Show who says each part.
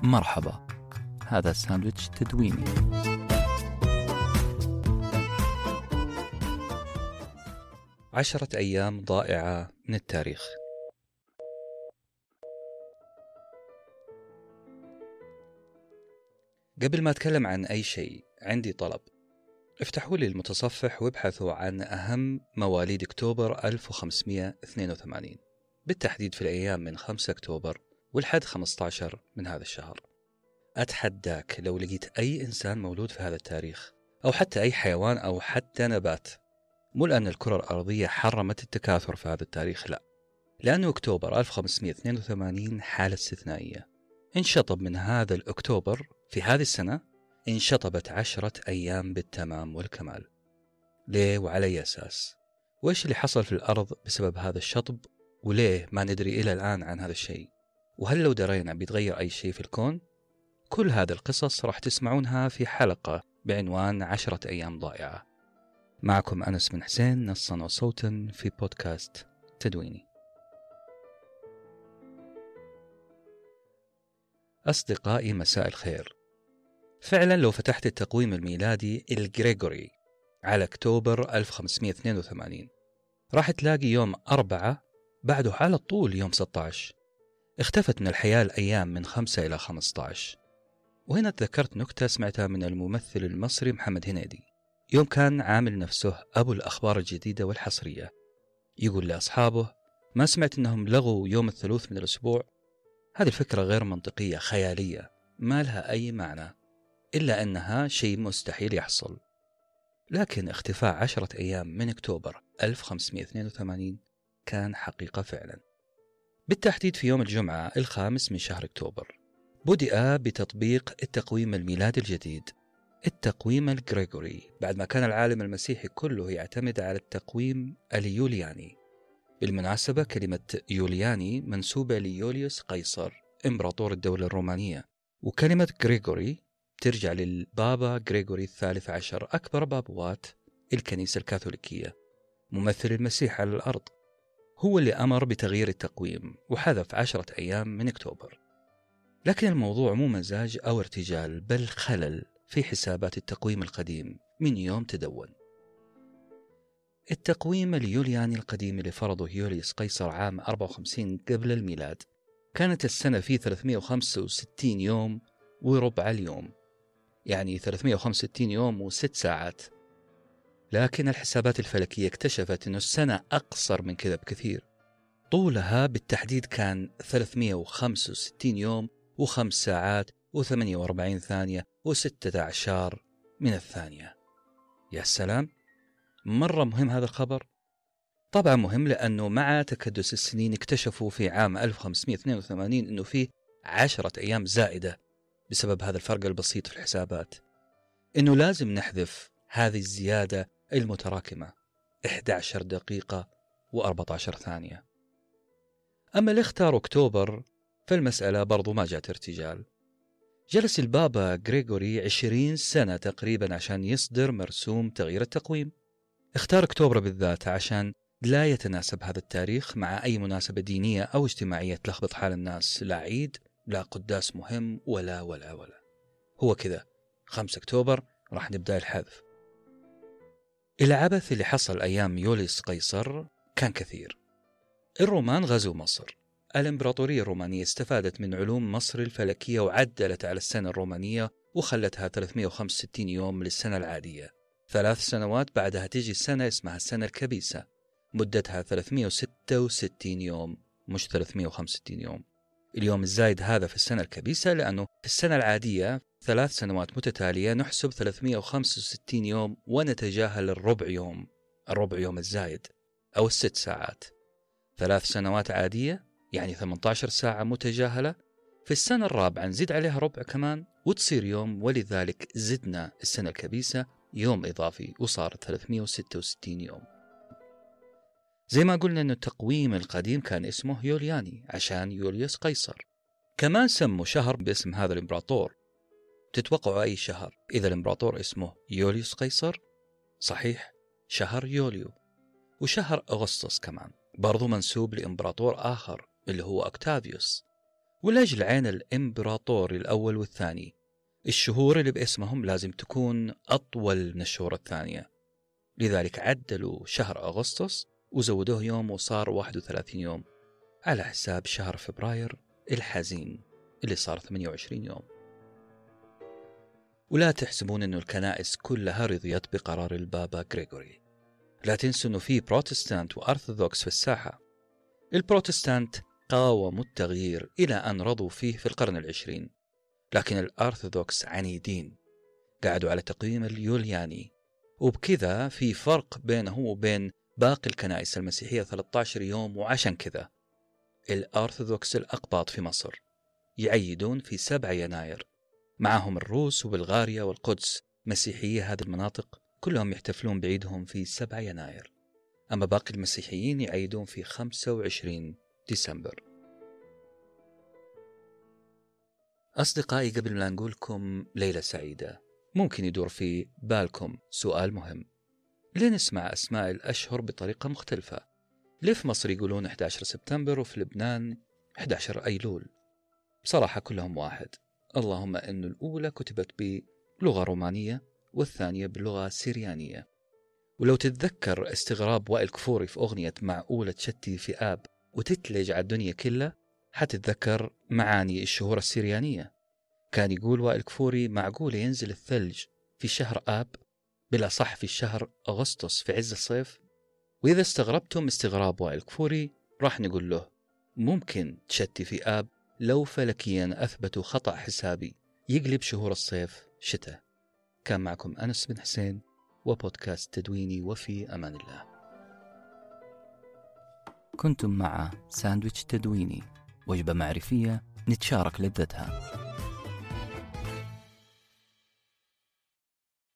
Speaker 1: مرحبا، هذا ساندويتش تدويني.
Speaker 2: عشرة أيام ضائعة من التاريخ. قبل ما أتكلم عن أي شيء عندي طلب، افتحوا لي المتصفح وابحثوا عن أهم مواليد أكتوبر 1582 بالتحديد في الأيام من 5 أكتوبر والحد 15 من هذا الشهر. أتحداك لو لقيت أي إنسان مولود في هذا التاريخ أو حتى أي حيوان أو حتى نبات، مو لأن الكرة الأرضية حرمت التكاثر في هذا التاريخ، لا، لأنه أكتوبر 1582 حالة استثنائية. انشطب من هذا الأكتوبر في هذه السنة، انشطبت 10 أيام بالتمام والكمال. ليه وعلى أي أساس؟ وإيش اللي حصل في الأرض بسبب هذا الشطب؟ وليه ما ندري إلى الآن عن هذا الشيء؟ وهل لو درينا بيتغير أي شيء في الكون؟ كل هذه القصص راح تسمعونها في حلقة بعنوان 10 أيام ضائعة. معكم أنس بن حسين، نصا وصوتا في بودكاست تدويني. أصدقائي مساء الخير. فعلا لو فتحت التقويم الميلادي الغريغوري على أكتوبر 1582 راح تلاقي يوم 4 بعده على طول يوم 16. اختفت من الحياة الأيام من 5 إلى 15. وهنا تذكرت نكتة سمعتها من الممثل المصري محمد هنيدي يوم كان عامل نفسه أبو الأخبار الجديدة والحصرية، يقول لأصحابه: ما سمعت أنهم لغوا يوم الثلاث من الأسبوع؟ هذه الفكرة غير منطقية، خيالية، ما لها أي معنى، إلا أنها شيء مستحيل يحصل. لكن اختفاء 10 أيام من أكتوبر 1582 كان حقيقة فعلا، بالتحديد في يوم الجمعة 5 من شهر أكتوبر. بدأ بتطبيق التقويم الميلادي الجديد، التقويم الغريغوري، بعد ما كان العالم المسيحي كله يعتمد على التقويم اليولياني. بالمناسبة كلمة يولياني منسوبة ليوليوس قيصر إمبراطور الدولة الرومانية، وكلمة غريغوري ترجع للبابا غريغوري الثالث عشر، أكبر بابوات الكنيسة الكاثوليكية، ممثل المسيح على الأرض. هو اللي أمر بتغيير التقويم وحذف 10 أيام من أكتوبر. لكن الموضوع مو مزاج أو ارتجال، بل خلل في حسابات التقويم القديم من يوم تدون. التقويم اليولياني القديم اللي فرضه يوليوس قيصر عام 54 قبل الميلاد كانت السنة فيه 365 يوم وربع اليوم، يعني 365 يوم و6 ساعات. لكن الحسابات الفلكية اكتشفت أن السنة أقصر من كذا بكثير. طولها بالتحديد كان 365 يوم و5 ساعات و48 ثانية و16 من الثانية. يا سلام، مرة مهم هذا الخبر. طبعا مهم لأنه مع تكدس السنين اكتشفوا في عام 1582 أنه فيه 10 أيام زائدة بسبب هذا الفرق البسيط في الحسابات، أنه لازم نحذف هذه الزيادة المتراكمة 11 دقيقة و14 ثانية. أما اللي اختاروا أكتوبر فالمسألة برضو ما جات ارتجال. جلس البابا غريغوري 20 سنة تقريبا عشان يصدر مرسوم تغيير التقويم. اختار أكتوبر بالذات عشان لا يتناسب هذا التاريخ مع أي مناسبة دينية أو اجتماعية تلخبط حال الناس، لا عيد لا قداس مهم ولا ولا ولا. هو كذا 5 أكتوبر راح نبدأ الحذف. العبث اللي حصل أيام يوليوس قيصر كان كثير. الرومان غزوا مصر، الإمبراطورية الرومانية استفادت من علوم مصر الفلكية وعدلت على السنة الرومانية وخلتها 365 يوم للسنة العادية. 3 سنوات بعدها تيجي السنة اسمها السنة الكبيسة، مدتها 366 يوم مش 365 يوم. اليوم الزايد هذا في السنة الكبيسة لأنه في السنة العادية 3 سنوات متتالية نحسب 365 يوم ونتجاهل الربع يوم الزايد أو 6 ساعات. 3 سنوات عادية يعني 18 ساعة متجاهلة. في السنة الرابعة نزيد عليها ربع كمان وتصير يوم، ولذلك زدنا السنة الكبيسة يوم إضافي وصارت 366 يوم. زي ما قلنا أن التقويم القديم كان اسمه يولياني عشان يوليوس قيصر. كمان سموا شهر باسم هذا الإمبراطور. تتوقعوا أي شهر إذا الإمبراطور اسمه يوليوس قيصر؟ صحيح، شهر يوليو. وشهر أغسطس كمان برضو منسوب لإمبراطور آخر اللي هو أكتافيوس. ولأجل عين الإمبراطور الأول والثاني الشهور اللي باسمهم لازم تكون أطول من الشهور الثانية، لذلك عدلوا شهر أغسطس وزودوه يوم وصار 31 يوم على حساب شهر فبراير الحزين اللي صار 28 يوم. ولا تحسبون أنه الكنائس كلها رضيت بقرار البابا غريغوري، لا تنسوا أنه في بروتستانت وأرثوذكس في الساحة. البروتستانت قاوموا التغيير إلى أن رضوا فيه في القرن العشرين، لكن الأرثوذكس عنيدين قعدوا على تقويم اليولياني، وبكذا في فرق بينه وبين باقي الكنائس المسيحية 13 يوم. وعشان كذا الأرثوذكس الأقباط في مصر يعيدون في 7 يناير، معهم الروس وبلغاريا والقدس مسيحية هذه المناطق كلهم يحتفلون بعيدهم في 7 يناير، أما باقي المسيحيين يعيدون في 25 ديسمبر. أصدقائي، قبل ما نقولكم ليلة سعيدة، ممكن يدور في بالكم سؤال مهم: ليه نسمع أسماء الأشهر بطريقة مختلفة؟ ليه في مصر يقولون 11 سبتمبر وفي لبنان 11 أيلول؟ بصراحة كلهم واحد، اللهم أن الأولى كتبت بلغة رومانية والثانية بلغة سيريانية. ولو تتذكر استغراب وائل كفوري في أغنية معقولة تشتي في آب وتتلج على الدنيا كلها، حتتذكر معاني الشهور السيريانية. كان يقول وائل كفوري معقولة ينزل الثلج في شهر آب، بلا صح في شهر أغسطس في عز الصيف؟ وإذا استغربتم استغراب وائل كفوري، راح نقول له ممكن تشتي في آب لو فلكيا أثبتوا خطأ حسابي يقلب شهور الصيف شتاء. كان معكم أنس بن حسين وبودكاست تدويني، وفي أمان الله.
Speaker 1: كنتم مع ساندويتش تدويني، وجبة معرفية نتشارك لذتها.